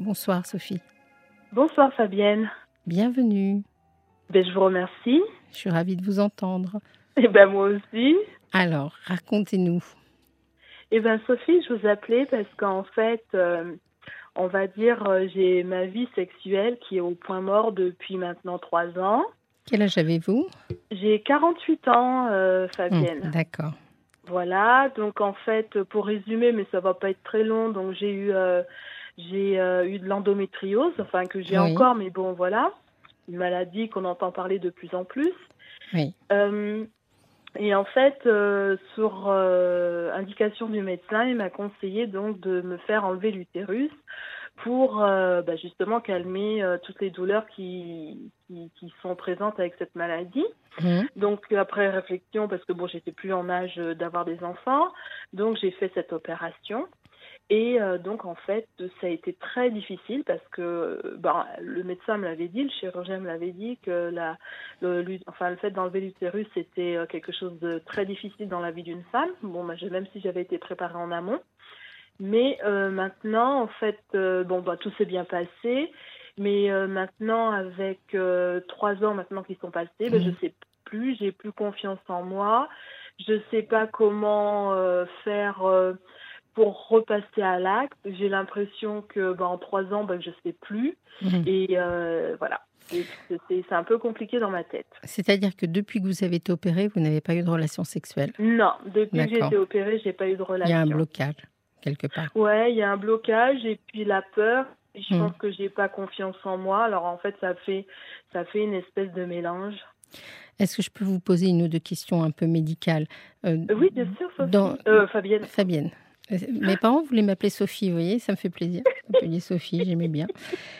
Bonsoir Sophie. Bonsoir Fabienne. Bienvenue. Je vous remercie. Je suis ravie de vous entendre. Moi aussi. Alors, racontez-nous. Sophie, je vous appelais parce qu'en fait, on va dire, j'ai ma vie sexuelle qui est au point mort depuis maintenant 3 ans. Quel âge avez-vous ? J'ai 48 ans, Fabienne. D'accord. Voilà, donc en fait, pour résumer, mais ça va pas être très long, donc j'ai eu de l'endométriose, enfin que j'ai encore, mais bon, voilà, une maladie qu'on entend parler de plus en plus. Oui. Et en fait, sur indication du médecin, il m'a conseillé donc de me faire enlever l'utérus pour justement calmer toutes les douleurs qui sont présentes avec cette maladie. Donc après réflexion, parce que bon, j'étais plus en âge d'avoir des enfants, donc j'ai fait cette opération. Et donc en fait, ça a été très difficile parce que le médecin me l'avait dit, le chirurgien me l'avait dit que le fait d'enlever l'utérus, c'était quelque chose de très difficile dans la vie d'une femme. Bon, même si j'avais été préparée en amont. Mais maintenant, en fait, tout s'est bien passé. Mais maintenant, avec 3 ans maintenant qui sont passés, je sais plus, j'ai plus confiance en moi. Je sais pas comment faire pour repasser à l'acte. J'ai l'impression que en 3 ans, je sais plus. Et voilà. C'est un peu compliqué dans ma tête. C'est-à-dire que depuis que vous avez été opérée, vous n'avez pas eu de relation sexuelle ? Non, depuis que j'ai été opérée, j'ai pas eu de relation. Il y a un blocage, quelque part. Ouais, il y a un blocage et puis la peur. Je pense que j'ai pas confiance en moi. Alors en fait, ça fait une espèce de mélange. Est-ce que je peux vous poser une ou deux questions un peu médicales ? Oui, bien sûr, Fabienne. Fabienne. Mes parents voulaient m'appeler Sophie, vous voyez, ça me fait plaisir. Vous m'appeliez Sophie, j'aimais bien.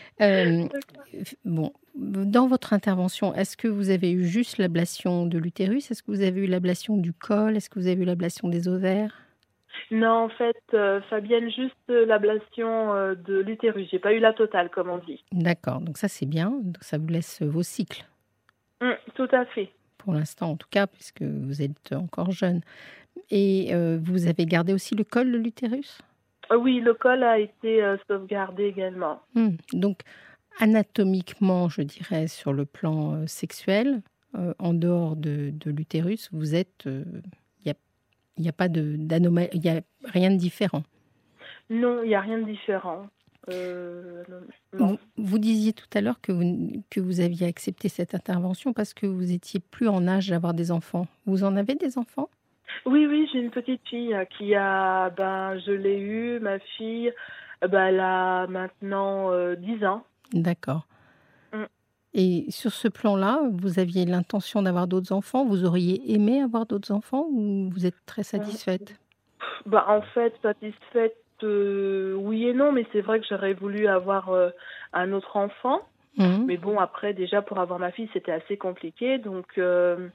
Dans votre intervention, est-ce que vous avez eu juste l'ablation de l'utérus ? Est-ce que vous avez eu l'ablation du col ? Est-ce que vous avez eu l'ablation des ovaires ? Non, en fait, Fabienne, juste l'ablation de l'utérus. J'ai pas eu la totale, comme on dit. D'accord, donc ça c'est bien. Donc, ça vous laisse vos cycles. Tout à fait. Pour l'instant, en tout cas, puisque vous êtes encore jeune. Et vous avez gardé aussi le col de l'utérus ? Oui, le col a été sauvegardé également. Donc, anatomiquement, je dirais, sur le plan sexuel, en dehors de l'utérus, vous êtes... Il n'y a pas d'anomalie, il n'y a rien de différent. Non, il n'y a rien de différent. Non. Vous disiez tout à l'heure que vous aviez accepté cette intervention parce que vous étiez plus en âge d'avoir des enfants. Vous en avez des enfants ? Oui, j'ai une petite fille qui a, je l'ai eue, ma fille, elle a maintenant 10 ans. D'accord. Et sur ce plan-là, vous aviez l'intention d'avoir d'autres enfants ? Vous auriez aimé avoir d'autres enfants ou vous êtes très satisfaite ? En fait, satisfaite, oui et non, mais c'est vrai que j'aurais voulu avoir un autre enfant. Mais bon, après, déjà, pour avoir ma fille, c'était assez compliqué. Donc non,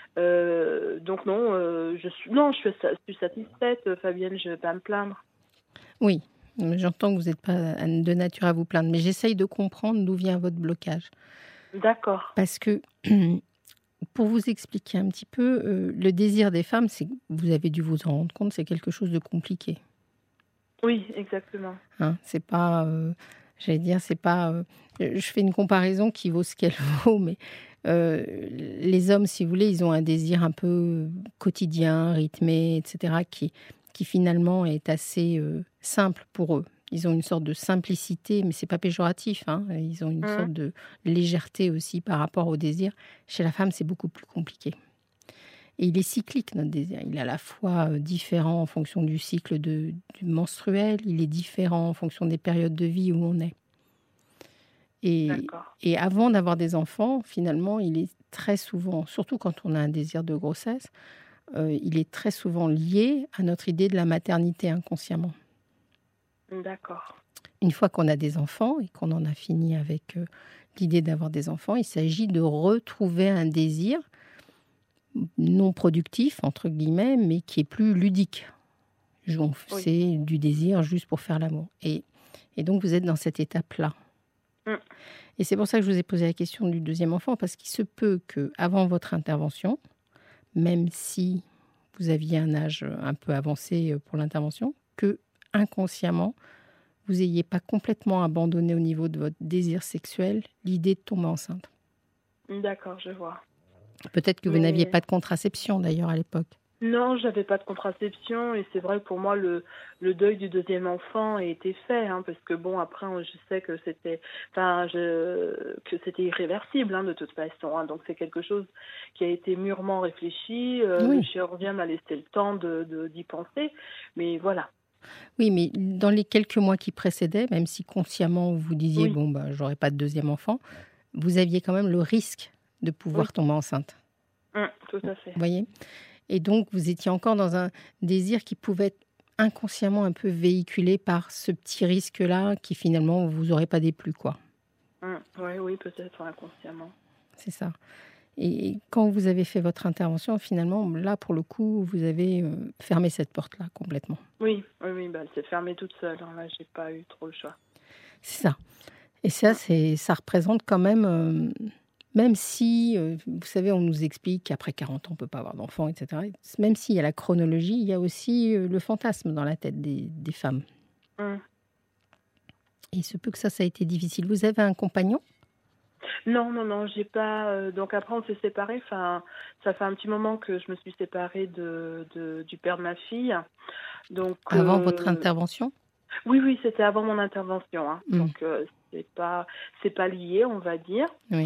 je suis satisfaite, Fabienne, je ne vais pas me plaindre. Oui, j'entends que vous n'êtes pas de nature à vous plaindre, mais j'essaye de comprendre d'où vient votre blocage. D'accord. Parce que, pour vous expliquer un petit peu, le désir des femmes, vous avez dû vous en rendre compte, c'est quelque chose de compliqué. Oui, exactement. C'est pas, c'est pas... je fais une comparaison qui vaut ce qu'elle vaut, mais les hommes, si vous voulez, ils ont un désir un peu quotidien, rythmé, etc., qui finalement est assez simple pour eux. Ils ont une sorte de simplicité, mais c'est pas péjoratif. Ils ont une sorte de légèreté aussi par rapport au désir. Chez la femme, c'est beaucoup plus compliqué. Et il est cyclique, notre désir. Il est à la fois différent en fonction du cycle du menstruel, il est différent en fonction des périodes de vie où on est. Et avant d'avoir des enfants, finalement, il est très souvent, surtout quand on a un désir de grossesse, il est très souvent lié à notre idée de la maternité inconsciemment. D'accord. Une fois qu'on a des enfants et qu'on en a fini avec l'idée d'avoir des enfants, il s'agit de retrouver un désir non productif, entre guillemets, mais qui est plus ludique. C'est du désir juste pour faire l'amour. Et donc, vous êtes dans cette étape-là. Et c'est pour ça que je vous ai posé la question du deuxième enfant, parce qu'il se peut qu'avant votre intervention, même si vous aviez un âge un peu avancé pour l'intervention, que inconsciemment, vous n'ayez pas complètement abandonné au niveau de votre désir sexuel l'idée de tomber enceinte. D'accord, je vois. Peut-être que vous n'aviez pas de contraception d'ailleurs à l'époque. Non, j'avais pas de contraception et c'est vrai que pour moi le deuil du deuxième enfant a été fait, hein, parce que bon après je sais que c'était irréversible, hein, de toute façon, hein, donc c'est quelque chose qui a été mûrement réfléchi. Le Oui. chirurgien m'a laissé le temps d'y penser, mais voilà. Oui, mais dans les quelques mois qui précédaient, même si consciemment vous disiez Oui, bon bah j'aurai pas de deuxième enfant, vous aviez quand même le risque de oui, pouvoir tomber enceinte. tout à fait. Vous voyez? Et donc vous étiez encore dans un désir qui pouvait être inconsciemment un peu véhiculé par ce petit risque-là qui finalement vous aurait pas déplu, quoi. Oui, oui, peut-être inconsciemment. C'est ça. Et quand vous avez fait votre intervention, finalement, là, pour le coup, vous avez fermé cette porte-là complètement. Oui, oui, oui, bah, elle s'est fermée toute seule, hein, là, j'ai pas eu trop le choix. C'est ça. Et ça, ça représente quand même, même si, vous savez, on nous explique qu'après 40 ans, on ne peut pas avoir d'enfants, etc. Même s'il y a la chronologie, il y a aussi le fantasme dans la tête des femmes. Hum. Et il se peut que ça a été difficile. Vous avez un compagnon? Non, non, non, j'ai pas. Donc après, on s'est séparés. Enfin, ça fait un petit moment que je me suis séparée du père de ma fille. Donc Avant votre intervention? oui, oui, c'était avant mon intervention, hein. Mm. Donc c'est pas lié, on va dire. Oui,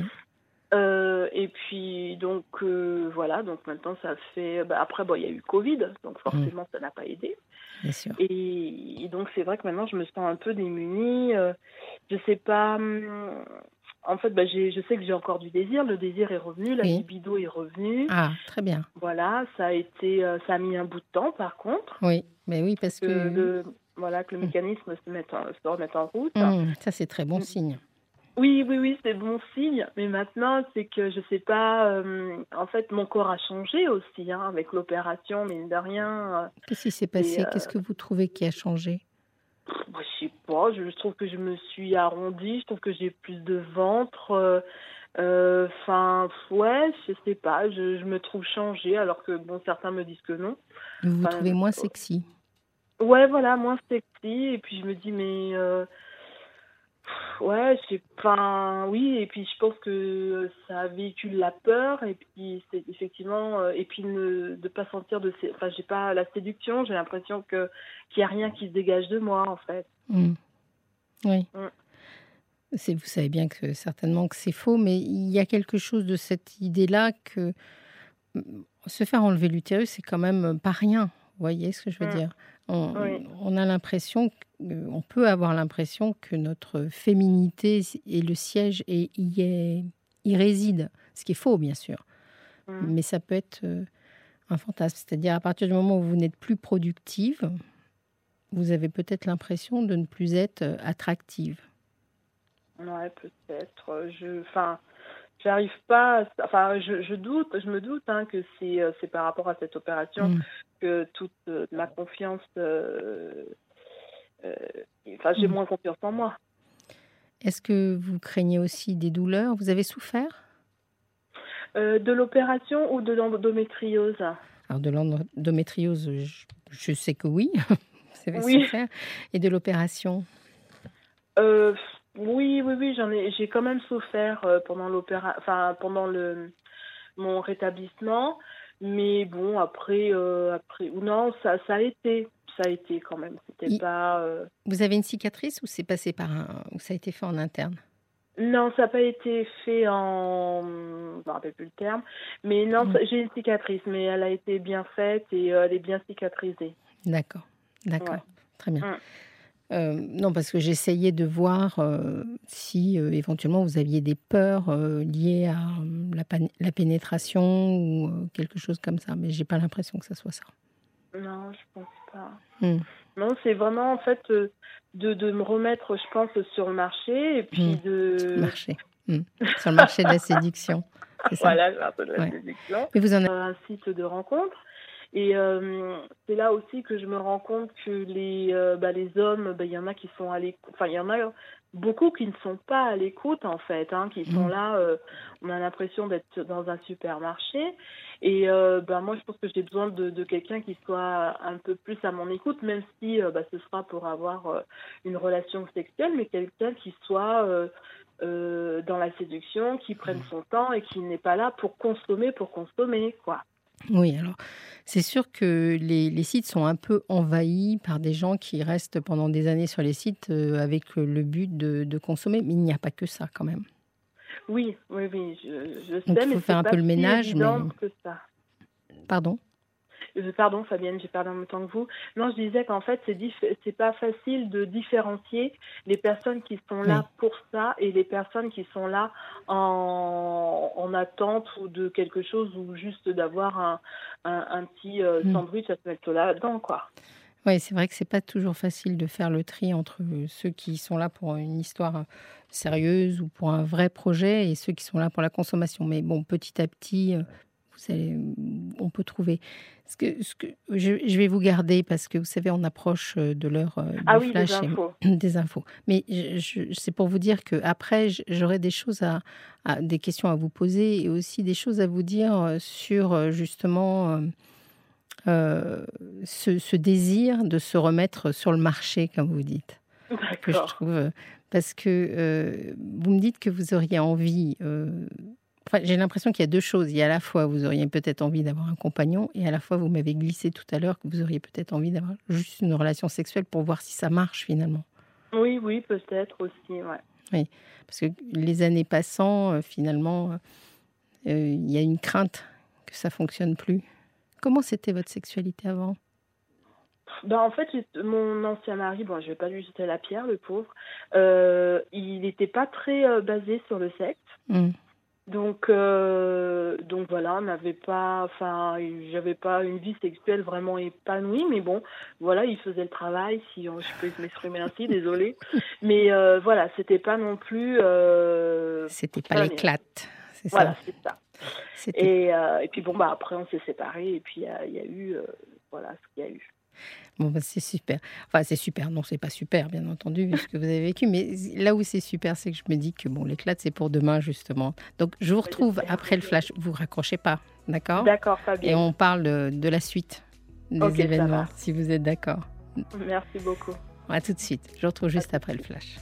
Et puis donc voilà. Donc maintenant, ça fait. Bah, après, bon, il y a eu Covid, donc forcément, ça n'a pas aidé. bien sûr. Et donc c'est vrai que maintenant, je me sens un peu démunie. Je sais pas. En fait, bah, je sais que j'ai encore du désir. Le désir est revenu, la Oui. libido est revenue. Ah, très bien. Voilà, ça a mis un bout de temps, par contre, Oui, mais oui, parce que voilà, que le mécanisme se remette en route. ça, c'est très bon Mm. signe. Oui, oui, oui, c'est bon signe. Mais maintenant, c'est que je sais pas. En fait, mon corps a changé aussi, hein, avec l'opération, mine de rien. Qu'est-ce qui s'est Et passé? Qu'est-ce que vous trouvez qui a changé? bah, je sais pas. Je trouve que je me suis arrondie. Je trouve que j'ai plus de ventre. Enfin, ouais, je sais pas. Je me trouve changée, alors que bon, certains me disent que non. Vous vous Enfin, trouvez moins sexy? ouais, voilà, moins sexy. Et puis je me dis, mais ouais, enfin, oui. Et puis je pense que ça véhicule la peur. Et puis c'est effectivement, et puis de pas sentir enfin, j'ai pas la séduction. J'ai l'impression qu'il y a rien qui se dégage de moi, en fait. Oui. Mm. Vous savez bien que certainement que c'est faux, mais il y a quelque chose de cette idée-là que se faire enlever l'utérus, c'est quand même pas rien. Vous voyez ce que je veux dire? Oui. On a l'impression, on peut avoir l'impression que notre féminité et le siège y réside. Ce qui est faux, bien sûr. Mm. Mais ça peut être un fantasme. C'est-à-dire à partir du moment où vous n'êtes plus productive, vous avez peut-être l'impression de ne plus être attractive. Ouais, peut-être. Enfin, j'arrive pas. Enfin, je doute. Je me doute, hein, que c'est par rapport à cette opération que toute ma confiance. Enfin, j'ai moins confiance en moi. Est-ce que vous craignez aussi des douleurs? Vous avez souffert? De l'opération ou de l'endométriose? Alors de l'endométriose, je sais que oui, vous avez Oui. souffert. Et de l'opération? Oui, oui, oui. J'ai quand même souffert pendant pendant mon rétablissement. Mais bon, après, ou non, ça a été. Ça a été quand même. C'était pas. Vous avez une cicatrice ou c'est passé ou ça a été fait en interne? Non, ça n'a pas été fait je ne me rappelle plus le terme. Mais non, j'ai une cicatrice, mais elle a été bien faite et elle est bien cicatrisée. D'accord, Ouais. très bien. Non, parce que j'essayais de voir si éventuellement vous aviez des peurs liées à la pénétration ou quelque chose comme ça, mais j'ai pas l'impression que ça soit ça. Non, je pense pas. Non, c'est vraiment en fait de me remettre, je pense, sur le marché et puis Sur le marché. Sur le marché de la séduction. C'est ça. Voilà, le marché de la séduction. Mais vous en avez un site de rencontre. Et c'est là aussi que je me rends compte que les hommes, il y en a qui sont allés. Enfin, il y en a beaucoup qui ne sont pas à l'écoute en fait, hein, qui sont Mmh. là, on a l'impression d'être dans un supermarché et moi je pense que j'ai besoin de quelqu'un qui soit un peu plus à mon écoute, même si, ce sera pour avoir, une relation sexuelle, mais quelqu'un qui soit, dans la séduction, qui prenne son temps et qui n'est pas là pour consommer, quoi. Oui, alors, c'est sûr que les sites sont un peu envahis par des gens qui restent pendant des années sur les sites, avec, le but de consommer, mais il n'y a pas que ça quand même. Oui, oui, oui, je Donc sais, il faut mais faire c'est un peu pas le si ménage, mais évident que ça. pardon? Pardon Fabienne, j'ai parlé en même temps que vous. Non, je disais qu'en fait, c'est pas facile de différencier les personnes qui sont Oui. là pour ça et les personnes qui sont là en attente ou de quelque chose ou juste d'avoir un petit Mmh. sandwich à se mettre là-dedans, quoi. Ouais, c'est vrai que c'est pas toujours facile de faire le tri entre, ceux qui sont là pour une histoire, sérieuse ou pour un vrai projet et ceux qui sont là pour la consommation. Mais bon, petit à petit, vous allez on peut trouver. Ce que je vais vous garder parce que vous savez, on approche, de l'heure, Ah du oui, les flash et infos. des infos. Mais c'est pour vous dire qu'après j'aurai des choses à des questions à vous poser et aussi des choses à vous dire, sur, justement, Heu, ce désir de se remettre sur le marché, comme vous dites, que je D'accord. trouve, parce que, vous me dites que vous auriez envie, enfin, j'ai l'impression qu'il y a 2 choses. Il y a à la fois, vous auriez peut-être envie d'avoir un compagnon et à la fois, vous m'avez glissé tout à l'heure que vous auriez peut-être envie d'avoir juste une relation sexuelle pour voir si ça marche finalement. Oui, oui, peut-être aussi, ouais. Oui, parce que les années passant, finalement, il y a une crainte que ça fonctionne plus. Comment c'était votre sexualité avant? En fait, mon ancien mari, bon, je vais pas lui jeter la pierre, le pauvre, il était pas très, basé sur le sexe. Mmh. Donc voilà, on n'avait pas enfin, j'avais pas une vie sexuelle vraiment épanouie, mais bon, voilà, il faisait le travail, si on je peux m'exprimer ainsi, désolée. Mais voilà, c'était pas non plus, C'était pas fun. l'éclate, c'est ça? Voilà, c'est ça. C'était Et puis bon, après on s'est séparés et puis il y a eu, voilà ce qu'il y a eu. bon, bah, c'est super. Enfin, c'est super, non, c'est pas super, bien entendu, vu ce que vous avez vécu, mais là où c'est super, c'est que je me dis que bon, l'éclate, c'est pour demain, justement. Donc, je vous Ouais, retrouve j'espère. après le flash. Vous raccrochez pas, d'accord? D'accord, Et Fabienne. on parle de la suite des OK, ça événements, va. si vous êtes d'accord. Merci beaucoup. À tout de suite. Je vous retrouve À juste tout de après le suite. flash.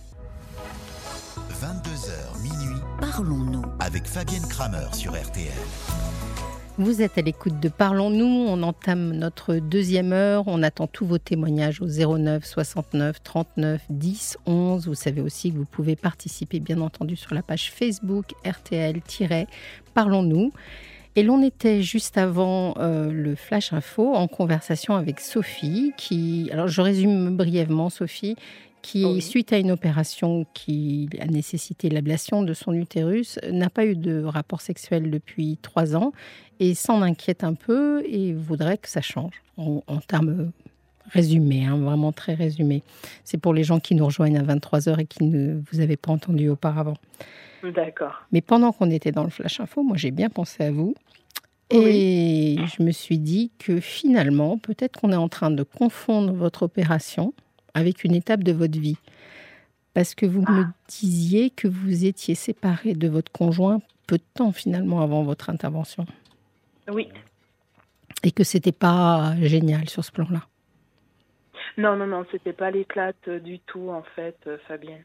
22h minuit Parlons-nous. avec Fabienne Kramer sur RTL. Vous êtes à l'écoute de Parlons-nous. On entame notre deuxième heure. On attend tous vos témoignages au 09 69 39 10 11. Vous savez aussi que vous pouvez participer, bien entendu, sur la page Facebook RTL-Parlons-nous. Et l'on était juste avant le Flash Info en conversation avec Sophie, qui, alors je résume brièvement, Sophie, qui, Oui. suite à une opération qui a nécessité l'ablation de son utérus, n'a pas eu de rapport sexuel depuis 3 ans et s'en inquiète un peu et voudrait que ça change, en termes résumés, hein, vraiment très résumés. C'est pour les gens qui nous rejoignent à 23h et qui ne vous avaient pas entendu auparavant. D'accord. Mais pendant qu'on était dans le Flash Info, moi j'ai bien pensé à vous. Oui. Et je me suis dit que finalement, peut-être qu'on est en train de confondre votre opération avec une étape de votre vie. Parce que vous me disiez que vous étiez séparée de votre conjoint peu de temps finalement avant votre intervention. Oui. Et que c'était pas génial sur ce plan-là. Non, non, non, c'était pas l'éclate du tout, en fait, Fabienne.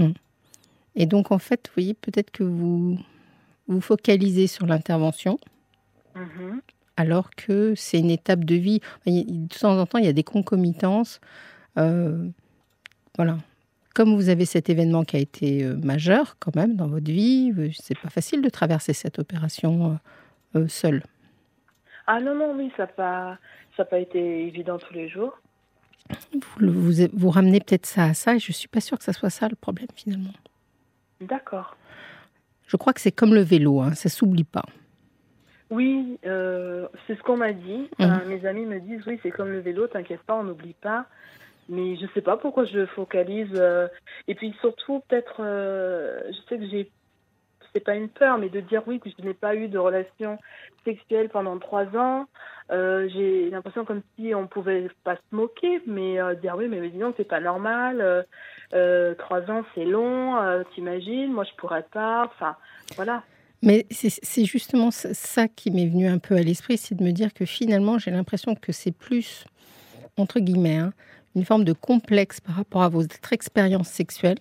Et donc en fait, vous voyez, peut-être que vous vous focalisez sur l'intervention. Mhm. Alors que c'est une étape de vie. De temps en temps, il y a des concomitances. Voilà. Comme vous avez cet événement qui a été majeur quand même dans votre vie, c'est pas facile de traverser cette opération seule. Ah non, non, oui, ça a pas été évident tous les jours. Vous ramenez peut-être ça à ça et je suis pas sûre que ça soit ça le problème finalement. D'accord. Je crois que c'est comme le vélo, hein, ça s'oublie pas. Oui, c'est ce qu'on m'a dit. Enfin, mes amis me disent, oui, c'est comme le vélo, t'inquiète pas, on n'oublie pas. Mais je sais pas pourquoi je focalise. Et puis surtout, peut-être, je sais que c'est pas une peur, mais de dire oui, que je n'ai pas eu de relation sexuelle pendant 3 ans. J'ai l'impression comme si on pouvait pas se moquer, mais dire oui, mais dis donc, c'est pas normal. 3 ans, c'est long, t'imagines, moi, je pourrais pas. Enfin, voilà. Mais c'est justement ça qui m'est venu un peu à l'esprit, c'est de me dire que finalement, j'ai l'impression que c'est plus, entre guillemets, hein, une forme de complexe par rapport à votre expérience sexuelle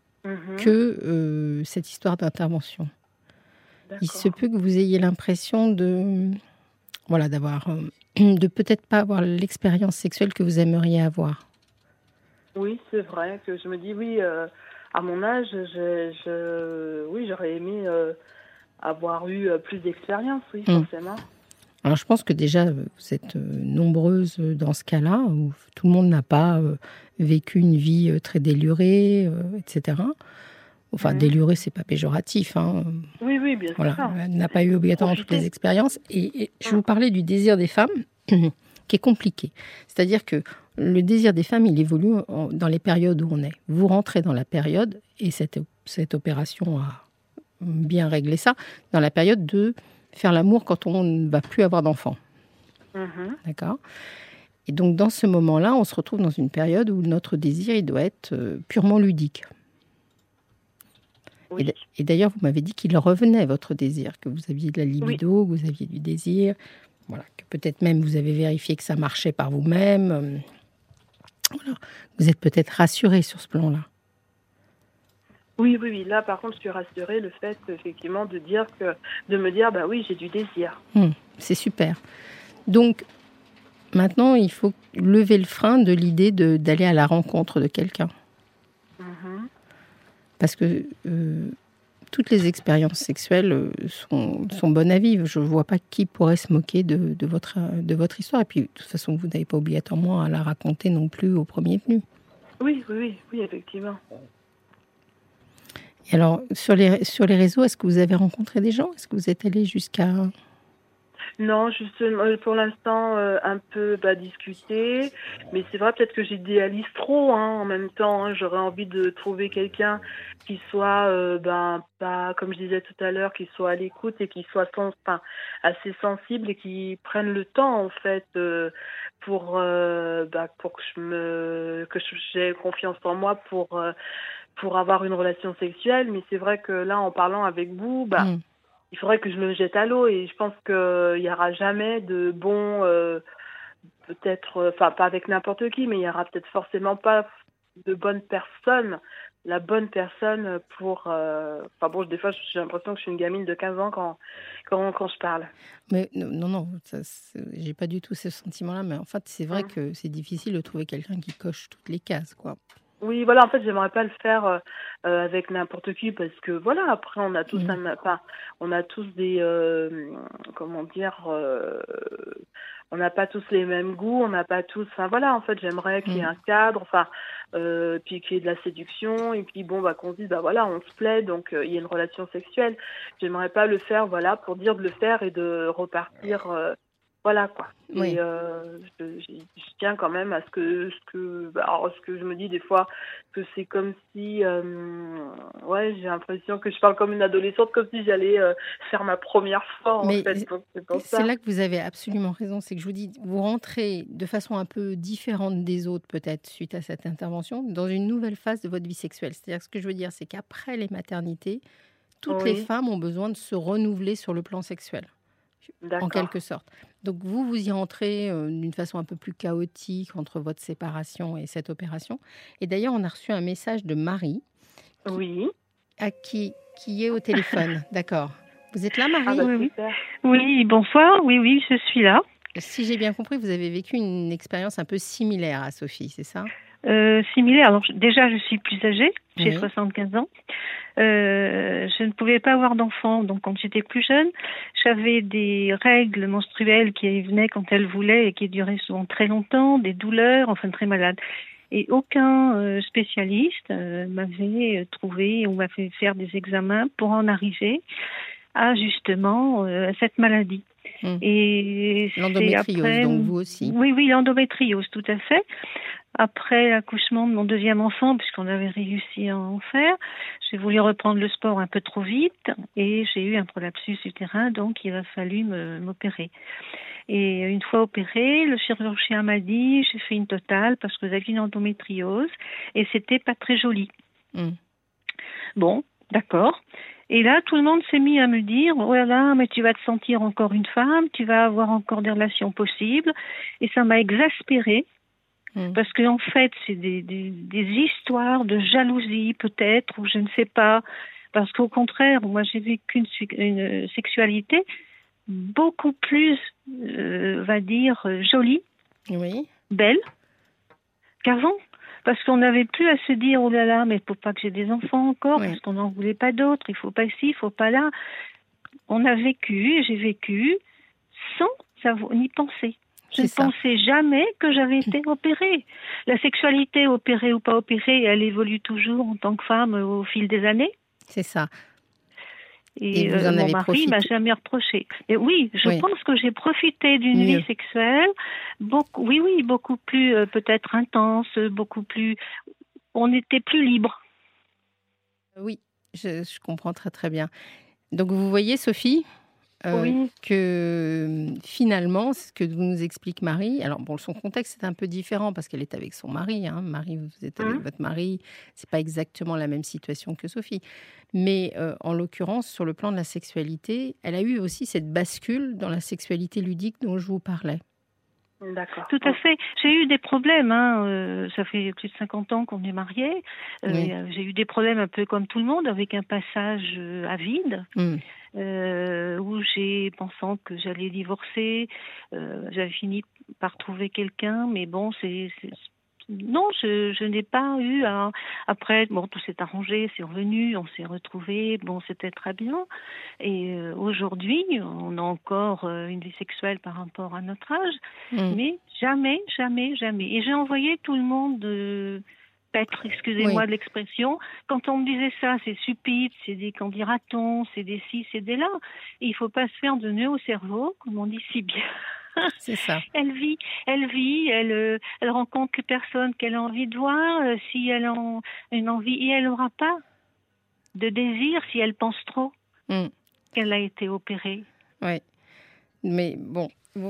que cette histoire d'intervention. D'accord. Il se peut que vous ayez l'impression de peut-être pas avoir l'expérience sexuelle que vous aimeriez avoir. Oui, c'est vrai que je me dis, oui, à mon âge, oui, j'aurais aimé avoir eu plus d'expérience, oui, forcément. Alors, je pense que déjà, vous êtes nombreuses dans ce cas-là, où tout le monde n'a pas vécu une vie très délurée, etc. Enfin, délurée, c'est pas péjoratif. Hein. Oui, bien sûr. Elle n'a pas eu obligatoirement toutes les expériences. Et je vous parlais du désir des femmes, qui est compliqué. C'est-à-dire que le désir des femmes, il évolue dans les périodes où on est. Vous rentrez dans la période, et cette opération a bien réglé ça, dans la période de faire l'amour quand on ne va plus avoir d'enfants. D'accord ? Et donc, dans ce moment-là, on se retrouve dans une période où notre désir, il doit être purement ludique. Oui. Et d'ailleurs, vous m'avez dit qu'il revenait, votre désir, que vous aviez de la libido, que vous aviez du désir, voilà, que peut-être même vous avez vérifié que ça marchait par vous-même. Voilà. Vous êtes peut-être rassurée sur ce plan-là. Oui. Là, par contre, je suis rassurée, le fait, effectivement, de me dire, bah oui, j'ai du désir. C'est super. Donc, maintenant, il faut lever le frein de l'idée d'aller à la rencontre de quelqu'un. Parce que toutes les expériences sexuelles sont bonnes à vivre. Je ne vois pas qui pourrait se moquer de votre histoire. Et puis, de toute façon, vous n'avez pas obligatoirement à la raconter non plus au premier venu. Oui, effectivement. Et alors, sur les réseaux, est-ce que vous avez rencontré des gens ? Est-ce que vous êtes allé jusqu'à... Non, justement, pour l'instant, un peu discuter. Mais c'est vrai, peut-être que j'idéalise trop en même temps. Hein, j'aurais envie de trouver quelqu'un qui soit, pas, comme je disais tout à l'heure, qui soit à l'écoute et qui soit assez sensible et qui prenne le temps, en fait, pour que j'ai confiance en moi pour avoir une relation sexuelle. Mais c'est vrai que là, en parlant avec vous, il faudrait que je me jette à l'eau et je pense qu'il n'y aura jamais de bon, peut-être, pas avec n'importe qui, mais il n'y aura peut-être forcément pas de bonne personne, la bonne personne pour... des fois, j'ai l'impression que je suis une gamine de 15 ans quand je parle. Mais non, j'ai pas du tout ce sentiment-là, mais en fait, c'est vrai que c'est difficile de trouver quelqu'un qui coche toutes les cases, quoi. Oui, voilà, en fait, j'aimerais pas le faire avec n'importe qui parce que, voilà, après, on a tous on a tous des, on n'a pas tous les mêmes goûts, on n'a pas tous, en fait, j'aimerais qu'il y ait un cadre, puis qu'il y ait de la séduction, et puis qu'on se dise, on se plaît, donc il y a une relation sexuelle. J'aimerais pas le faire, pour dire de le faire et de repartir, voilà, quoi. Oui. Et je tiens quand même à ce que je me dis des fois, que c'est comme si, j'ai l'impression que je parle comme une adolescente, comme si j'allais faire ma première fois, Mais en fait. Donc, c'est pour ça. C'est là que vous avez absolument raison. C'est que je vous dis, vous rentrez de façon un peu différente des autres, peut-être, suite à cette intervention, dans une nouvelle phase de votre vie sexuelle. C'est-à-dire, ce que je veux dire, c'est qu'après les maternités, toutes les femmes ont besoin de se renouveler sur le plan sexuel. D'accord. En quelque sorte. Donc vous y rentrez d'une façon un peu plus chaotique entre votre séparation et cette opération. Et d'ailleurs, on a reçu un message de Marie qui est au téléphone. D'accord. Vous êtes là, Marie ? Oui, bonsoir. Oui, je suis là. Si j'ai bien compris, vous avez vécu une expérience un peu similaire à Sophie, c'est ça ? Similaire. Alors, déjà, je suis plus âgée, j'ai 75 ans. Je ne pouvais pas avoir d'enfant, donc quand j'étais plus jeune, j'avais des règles menstruelles qui venaient quand elles voulaient et qui duraient souvent très longtemps, des douleurs, enfin très malade. Et aucun spécialiste m'avait trouvé ou m'a fait faire des examens pour en arriver à justement cette maladie. Et l'endométriose, donc vous aussi. Oui, l'endométriose, tout à fait. Après l'accouchement de mon deuxième enfant, puisqu'on avait réussi à en faire, j'ai voulu reprendre le sport un peu trop vite et j'ai eu un prolapsus utérin, donc il a fallu m'opérer. Et une fois opérée, le chirurgien m'a dit, j'ai fait une totale parce que vous avez une endométriose et c'était pas très joli. Bon, d'accord. Et là, tout le monde s'est mis à me dire, voilà, mais tu vas te sentir encore une femme, tu vas avoir encore des relations possibles. Et ça m'a exaspérée. Parce qu'en fait, c'est des histoires de jalousie, peut-être, ou je ne sais pas. Parce qu'au contraire, moi, j'ai vécu une sexualité beaucoup plus, va dire, jolie, belle, qu'avant. Parce qu'on n'avait plus à se dire, oh là là, mais il ne faut pas que j'ai des enfants encore, parce qu'on n'en voulait pas d'autres, il ne faut pas ci, il ne faut pas là. On a vécu, j'ai vécu, sans n'y penser. Je ne pensais jamais que j'avais été opérée. La sexualité, opérée ou pas opérée, elle évolue toujours en tant que femme au fil des années. C'est ça. Et vous en mon mari m'a jamais reproché. Et oui, je pense que j'ai profité d'une vie sexuelle beaucoup plus peut-être intense, beaucoup plus. On était plus libre. Oui, je comprends très très bien. Donc vous voyez, Sophie, que finalement, ce que nous explique Marie, alors bon, son contexte est un peu différent parce qu'elle est avec son mari. Marie, vous êtes avec votre mari, c'est pas exactement la même situation que Sophie. Mais en l'occurrence, sur le plan de la sexualité, elle a eu aussi cette bascule dans la sexualité ludique dont je vous parlais. D'accord. Tout à fait. J'ai eu des problèmes. Ça fait plus de 50 ans qu'on est mariés. J'ai eu des problèmes un peu comme tout le monde, avec un passage à vide, où pensant que j'allais divorcer, j'avais fini par trouver quelqu'un, mais bon, non, je n'ai pas eu à... Après, bon, tout s'est arrangé, c'est revenu, on s'est retrouvés, bon, c'était très bien. Et aujourd'hui, on a encore une vie sexuelle par rapport à notre âge, mais jamais, jamais, jamais. Et j'ai envoyé tout le monde paître, excusez-moi de l'expression. Quand on me disait ça, c'est stupide, c'est des qu'en dira-t-on, c'est des ci, c'est des là. Et il ne faut pas se faire de nœuds au cerveau, comme on dit si bien. C'est ça. Elle vit, elle rencontre les personnes qu'elle a envie de voir, si elle a une envie, et elle n'aura pas de désir si elle pense trop qu'elle a été opérée. Oui, mais bon,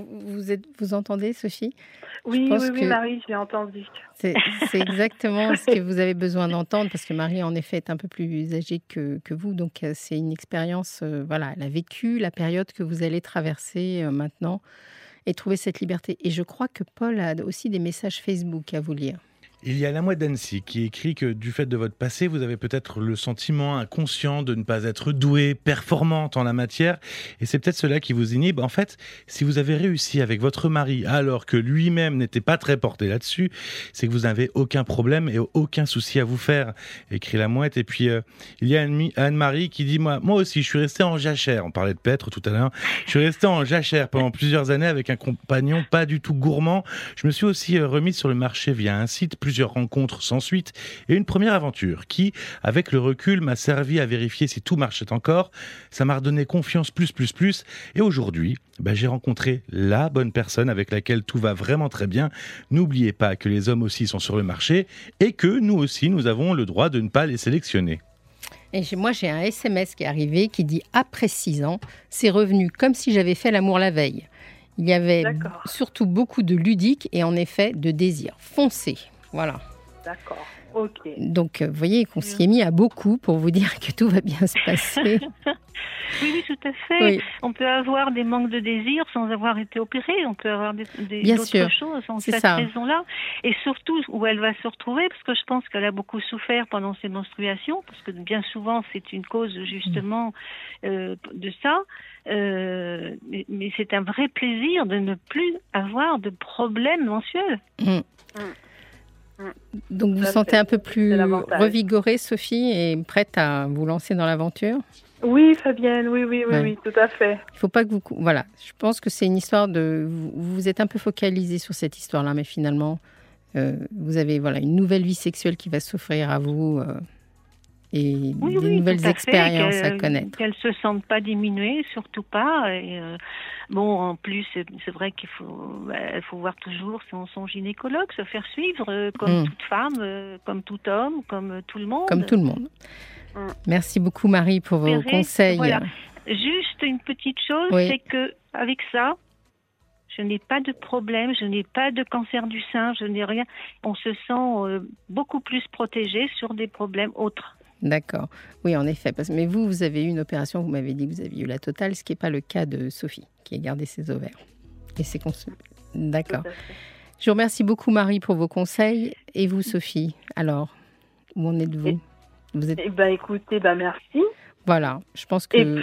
vous entendez, Sophie ? Oui, Marie, j'ai entendu. C'est exactement ce que vous avez besoin d'entendre, parce que Marie, en effet, est un peu plus âgée que vous, donc c'est une expérience, elle a vécu la période que vous allez traverser maintenant, et trouver cette liberté. Et je crois que Paul a aussi des messages Facebook à vous lire. Il y a la Mouette d'Annecy qui écrit que du fait de votre passé, vous avez peut-être le sentiment inconscient de ne pas être douée, performante en la matière. Et c'est peut-être cela qui vous inhibe. En fait, si vous avez réussi avec votre mari alors que lui-même n'était pas très porté là-dessus, c'est que vous n'avez aucun problème et aucun souci à vous faire, écrit la Mouette. Et puis, il y a Anne-Marie qui dit, moi aussi, je suis restée en jachère. On parlait de Pêtre tout à l'heure. Je suis restée en jachère pendant plusieurs années avec un compagnon pas du tout gourmand. Je me suis aussi remise sur le marché via un site, plusieurs rencontres sans suite et une première aventure qui, avec le recul, m'a servi à vérifier si tout marchait encore. Ça m'a redonné confiance plus. Et aujourd'hui, j'ai rencontré la bonne personne avec laquelle tout va vraiment très bien. N'oubliez pas que les hommes aussi sont sur le marché et que nous aussi, nous avons le droit de ne pas les sélectionner. Et moi, j'ai un SMS qui est arrivé qui dit « Après 6 ans, c'est revenu comme si j'avais fait l'amour la veille. Il y avait surtout beaucoup de ludique et en effet de désir. Foncez. » Voilà. D'accord, ok. Donc, vous voyez qu'on s'y est mis à beaucoup pour vous dire que tout va bien se passer. Oui, tout à fait. Oui. On peut avoir des manques de désir sans avoir été opéré. On peut avoir d'autres choses en cette raison-là. Et surtout, où elle va se retrouver, parce que je pense qu'elle a beaucoup souffert pendant ses menstruations, parce que bien souvent, c'est une cause justement de ça. Mais c'est un vrai plaisir de ne plus avoir de problème mensuel. Donc vous sentez un peu plus revigorée, Sophie, et prête à vous lancer dans l'aventure ? Oui, Fabienne, oui, tout à fait. Il ne faut pas que vous... Voilà, je pense que c'est une histoire de... Vous êtes un peu focalisée sur cette histoire-là, mais finalement, vous avez une nouvelle vie sexuelle qui va s'offrir à vous et des nouvelles expériences à connaître. Qu'elle ne se sente pas diminuée, surtout pas. Et, en plus, c'est vrai qu'il faut voir toujours son gynécologue, se faire suivre comme toute femme, comme tout homme, comme tout le monde. Comme tout le monde. Merci beaucoup, Marie, pour vos conseils. Voilà. Juste une petite chose, c'est que avec ça, Je n'ai pas de problème, je n'ai pas de cancer du sein, je n'ai rien. On se sent beaucoup plus protégé sur des problèmes autres. D'accord. Oui, en effet. Mais vous avez eu une opération, vous m'avez dit que vous aviez eu la totale, ce qui n'est pas le cas de Sophie, qui a gardé ses ovaires. Et c'est D'accord. Je vous remercie beaucoup, Marie, pour vos conseils. Et vous, Sophie, alors, où en êtes-vous? Vous êtes... Écoutez, merci. Voilà, je pense que...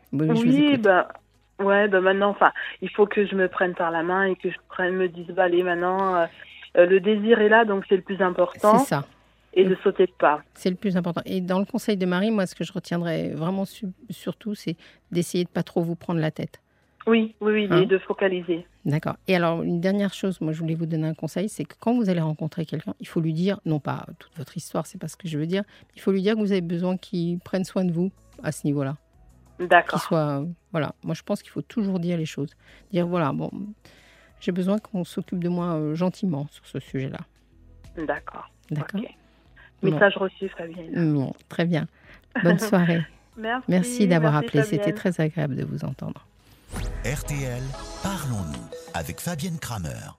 Maintenant, il faut que je me prenne par la main et que me dise, allez, maintenant, le désir est là, donc c'est le plus important. C'est ça. Et de sauter de pas. C'est le plus important. Et dans le conseil de Marie, moi, ce que je retiendrai vraiment surtout, c'est d'essayer de ne pas trop vous prendre la tête. Oui, et de focaliser. D'accord. Et alors, une dernière chose, moi, je voulais vous donner un conseil, c'est que quand vous allez rencontrer quelqu'un, il faut lui dire, non pas toute votre histoire, c'est pas ce que je veux dire, il faut lui dire que vous avez besoin qu'il prenne soin de vous à ce niveau-là. D'accord. Qu'il soit, voilà. Moi, je pense qu'il faut toujours dire les choses. Dire, voilà, bon, j'ai besoin qu'on s'occupe de moi gentiment sur ce sujet-là. D'accord. D'accord. Okay. Message reçu, Fabienne. Bon, très bien. Bonne soirée. Merci d'avoir appelé. Fabienne. C'était très agréable de vous entendre. RTL, parlons-nous avec Fabienne Kramer.